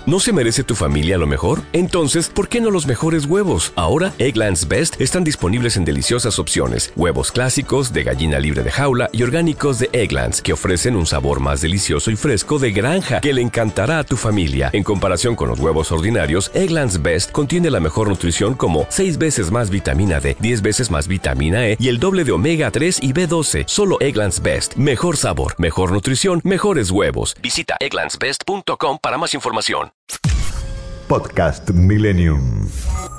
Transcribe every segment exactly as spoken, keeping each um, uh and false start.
¿No se merece tu familia lo mejor? Entonces, ¿por qué no los mejores huevos? Ahora, Eggland's Best están disponibles en deliciosas opciones. Huevos clásicos, de gallina libre de jaula y orgánicos de Eggland's, que ofrecen un sabor más delicioso y fresco de granja que le encantará a tu familia. En comparación con los huevos ordinarios, Eggland's Best contiene la mejor nutrición como seis veces más vitamina D, diez veces más vitamina E y el doble de omega tres y B doce. Solo Eggland's Best. Mejor sabor, mejor nutrición, mejores huevos. Visita egglands best punto com para más información. Podcast Millennium.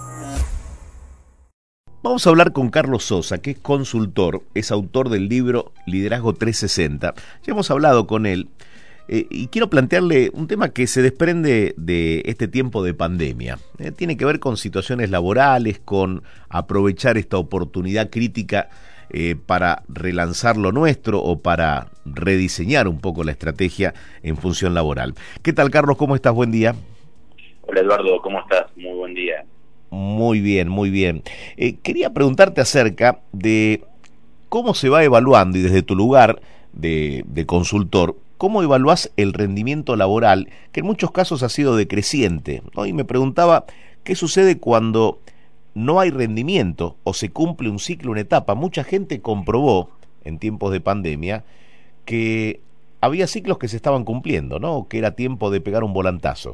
Vamos a hablar con Carlos Sosa, que es consultor, es autor del libro Liderazgo trescientos sesenta. Ya hemos hablado con él eh, y quiero plantearle un tema que se desprende de este tiempo de pandemia. Eh, tiene que ver con situaciones laborales, con aprovechar esta oportunidad crítica eh, para relanzar lo nuestro o para rediseñar un poco la estrategia en función laboral. ¿Qué tal, Carlos? ¿Cómo estás? Buen día. Hola Eduardo, ¿cómo estás? Muy buen día. Muy bien, muy bien. Eh, quería preguntarte acerca de cómo se va evaluando y desde tu lugar de, de consultor, ¿cómo evaluás el rendimiento laboral que en muchos casos ha sido decreciente, ¿no? Y me preguntaba, ¿qué sucede cuando no hay rendimiento o se cumple un ciclo, una etapa? Mucha gente comprobó en tiempos de pandemia que había ciclos que se estaban cumpliendo, ¿no? Que era tiempo de pegar un volantazo.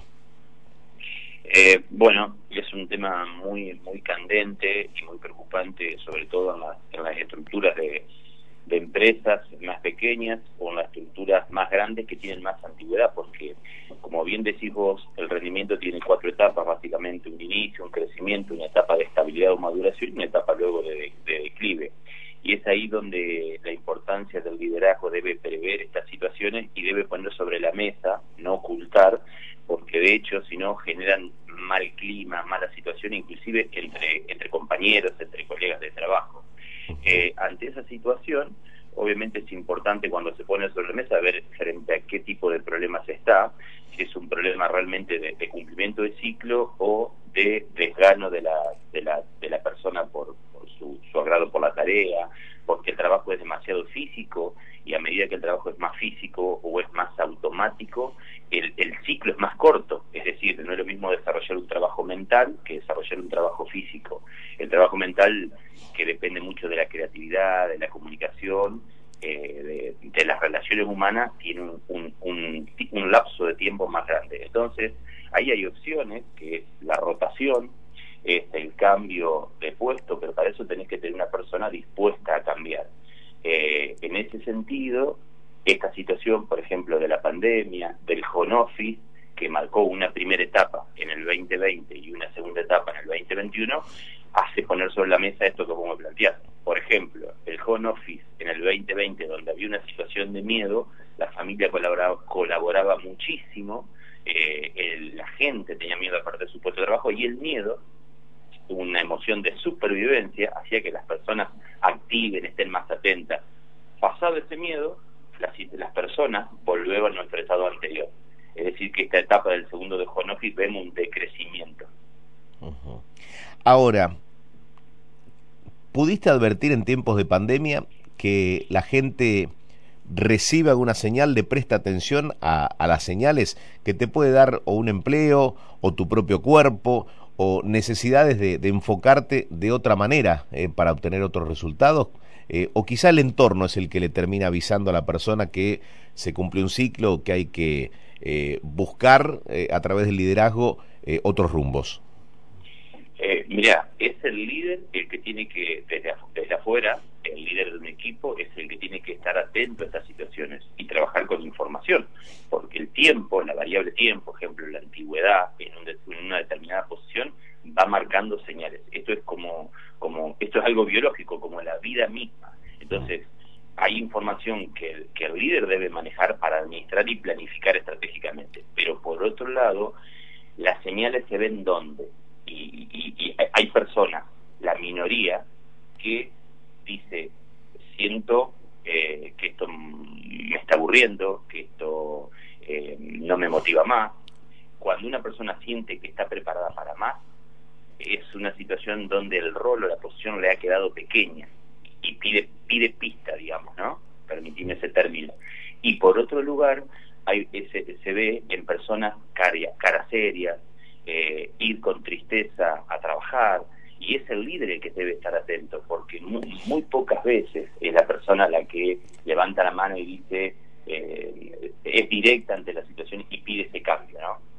Eh, bueno, es un tema muy muy candente y muy preocupante, sobre todo en, la, en las estructuras de, de empresas más pequeñas o en las estructuras más grandes que tienen más antigüedad, porque, como bien decís vos, el rendimiento tiene cuatro etapas, básicamente: un inicio, un crecimiento, una etapa de estabilidad o maduración y una etapa luego de, de declive. Y es ahí donde la importancia del liderazgo debe prever estas situaciones y debe poner sobre la mesa, no ocultar, porque de hecho si no generan mal clima, mala situación, inclusive entre entre compañeros, entre colegas de trabajo. Eh, ante esa situación, obviamente es importante cuando se pone sobre la mesa ver frente a qué tipo de problemas está, si es un problema realmente de, de cumplimiento de ciclo o de desgano de la de la de la persona por, por su, su agrado por la tarea, porque el trabajo es demasiado físico y a medida que el trabajo es más físico o es más automático, el, el ciclo es más corto. Es decir, no es lo mismo desarrollar un trabajo mental que desarrollar un trabajo físico. El trabajo mental, que depende mucho de la creatividad, de la comunicación, eh, de, de las relaciones humanas, tiene un, un, un, un lapso de tiempo más grande. Entonces, ahí hay opciones, que es la rotación, es el cambio de puesto, pero para eso tenés que tener una persona dispuesta a cambiar. Eh, en ese sentido, esta situación, por ejemplo, de la pandemia, del home office, que marcó una primera etapa en el veinte veinte y una segunda etapa en el veinte veintiuno, hace poner sobre la mesa esto que vamos a plantear. Por ejemplo, el home office en el veinte veinte, donde había una situación de miedo, la familia colaboraba, colaboraba muchísimo, eh, el, la gente tenía miedo a perder su puesto de trabajo, y el miedo, una emoción de supervivencia, hacía que las personas activen, estén más atentas. Pasado ese miedo, las, las personas volvieron a nuestro estado anterior. Es decir, que esta etapa del segundo de home office vemos un decrecimiento. Uh-huh. Ahora, ¿pudiste advertir en tiempos de pandemia que la gente recibe alguna señal, le presta atención a, a las señales que te puede dar o un empleo o tu propio cuerpo, o necesidades de, de enfocarte de otra manera eh, para obtener otros resultados? Eh, o quizá el entorno es el que le termina avisando a la persona que se cumple un ciclo, que hay que eh, buscar eh, a través del liderazgo eh, otros rumbos. Eh, mira, es el líder el que tiene que, desde, desde afuera, el líder de un equipo es el que tiene que estar atento a estas situaciones y trabajar con información, porque el tiempo, la variable tiempo, por ejemplo, la antigüedad en, un, en una determinada posición, va marcando señales. Esto es como, como, esto es algo biológico, como la vida misma. Entonces, hay información que el, que el líder debe manejar para administrar y planificar estratégicamente. Pero por otro lado, las señales se ven ¿dónde? Y, y, y hay personas, la minoría, que dice, siento eh, que esto me está aburriendo, que esto eh, no me motiva más. Cuando una persona siente que está preparada para más, es una situación donde el rol o la posición le ha quedado pequeña y pide pide pista, digamos, ¿no? Permitime ese término. Y por otro lugar, hay, se, se ve en personas cara, cara serias, eh, ir con tristeza a trabajar, y es el líder el que debe estar atento, porque muy, muy pocas veces es la persona la que levanta la mano y dice, eh, es directa ante la situación y pide ese cambio, ¿no?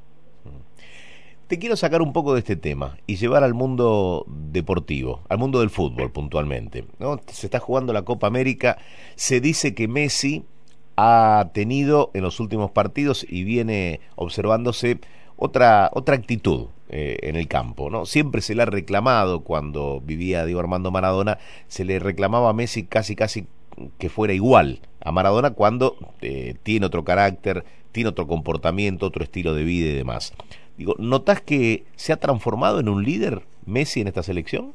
Te quiero sacar un poco de este tema y llevar al mundo deportivo, al mundo del fútbol puntualmente, ¿no? Se está jugando la Copa América, se dice que Messi ha tenido en los últimos partidos y viene observándose otra otra actitud eh, en el campo, ¿no? Siempre se le ha reclamado, cuando vivía Diego Armando Maradona, se le reclamaba a Messi casi casi que fuera igual a Maradona cuando eh, tiene otro carácter, tiene otro comportamiento, otro estilo de vida y demás. Digo, ¿notás que se ha transformado en un líder Messi en esta selección?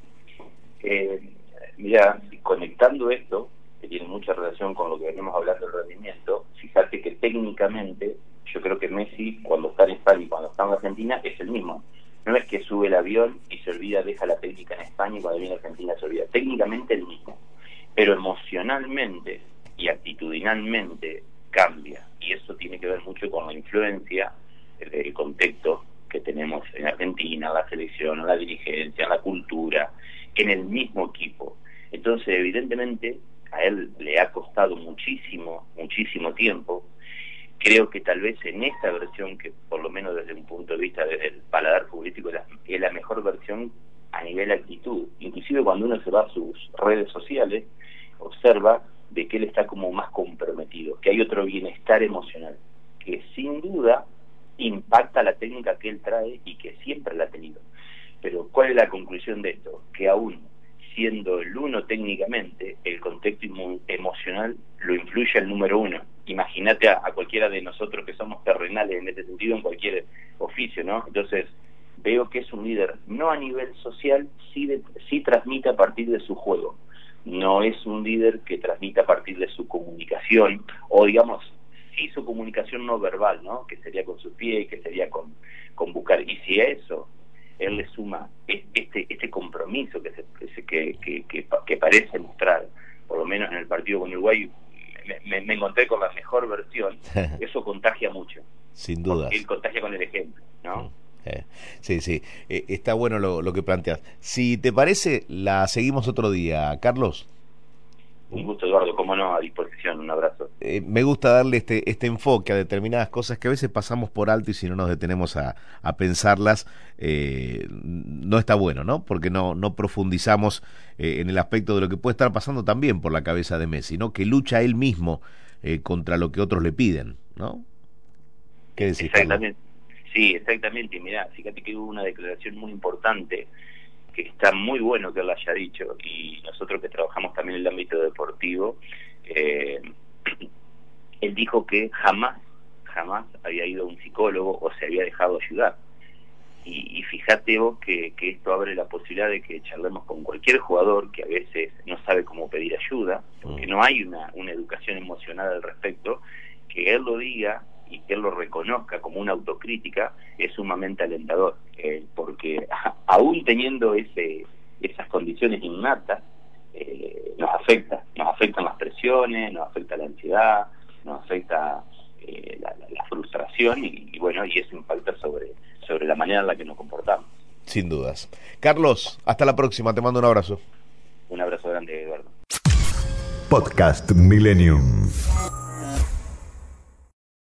Eh, mira, conectando esto, que tiene mucha relación con lo que venimos hablando del rendimiento, fíjate que técnicamente yo creo que Messi, cuando está en España y cuando está en Argentina, es el mismo. No es que sube el avión y se olvida, deja la técnica en España y cuando viene a Argentina se olvida. Técnicamente el mismo, pero emocionalmente y actitudinalmente cambia, y eso tiene que ver mucho con la influencia del contexto que tenemos en Argentina, en la selección, en la dirigencia, en la cultura, en el mismo equipo. Entonces, evidentemente, a él le ha costado muchísimo, muchísimo tiempo. Creo que tal vez en esta versión, que por lo menos desde un punto de vista desde el paladar futbolístico es la mejor versión a nivel actitud. Inclusive cuando uno se va a sus redes sociales, observa de que él está como más comprometido, que hay otro bienestar emocional, que sin duda impacta la técnica que él trae y que siempre la ha tenido. Pero ¿cuál es la conclusión de esto? Que aún siendo el uno técnicamente, el contexto emocional lo influye al número uno. Imagínate a, a cualquiera de nosotros que somos terrenales en este sentido, en cualquier oficio, ¿no? Entonces, veo que es un líder, no a nivel social, sí, de, sí transmite a partir de su juego. No es un líder que transmite a partir de su comunicación, o digamos, sí su comunicación no verbal, ¿no? Que sería con sus pies, que sería con, con buscar. Y si a eso él le suma este este compromiso que, se, que, que, que, que parece mostrar, por lo menos en el partido con Uruguay, me, me, me encontré con la mejor versión, eso contagia mucho. Sin duda. Él contagia con el ejemplo, ¿no? Eh, sí, sí, eh, está bueno lo, lo que planteas. Si te parece, la seguimos otro día, Carlos. Un gusto, Eduardo, cómo no, a disposición, un abrazo. Eh, me gusta darle este este enfoque a determinadas cosas que a veces pasamos por alto y si no nos detenemos a, a pensarlas, eh, no está bueno, ¿no? Porque no, no profundizamos eh, en el aspecto de lo que puede estar pasando también por la cabeza de Messi, ¿no? Que lucha él mismo eh, contra lo que otros le piden, ¿no? ¿Qué decís, exactamente, Carlos? Sí, exactamente. Y mirá, fíjate que hubo una declaración muy importante que está muy bueno que él haya dicho, y nosotros que trabajamos también en el ámbito deportivo, eh, él dijo que jamás, jamás había ido a un psicólogo o se había dejado ayudar. Y, y fíjate vos que, que esto abre la posibilidad de que charlemos con cualquier jugador que a veces no sabe cómo pedir ayuda, porque no hay una, una educación emocional al respecto, que él lo diga y que él lo reconozca como una autocrítica es sumamente alentador, eh, porque a, aún teniendo ese esas condiciones innatas, eh, nos afecta, nos afectan las presiones, nos afecta la ansiedad, nos afecta eh, la, la, la frustración y, y bueno, y eso impacta sobre, sobre la manera en la que nos comportamos. Sin dudas. Carlos, hasta la próxima, te mando un abrazo. Un abrazo grande, Eduardo. Podcast Millennium.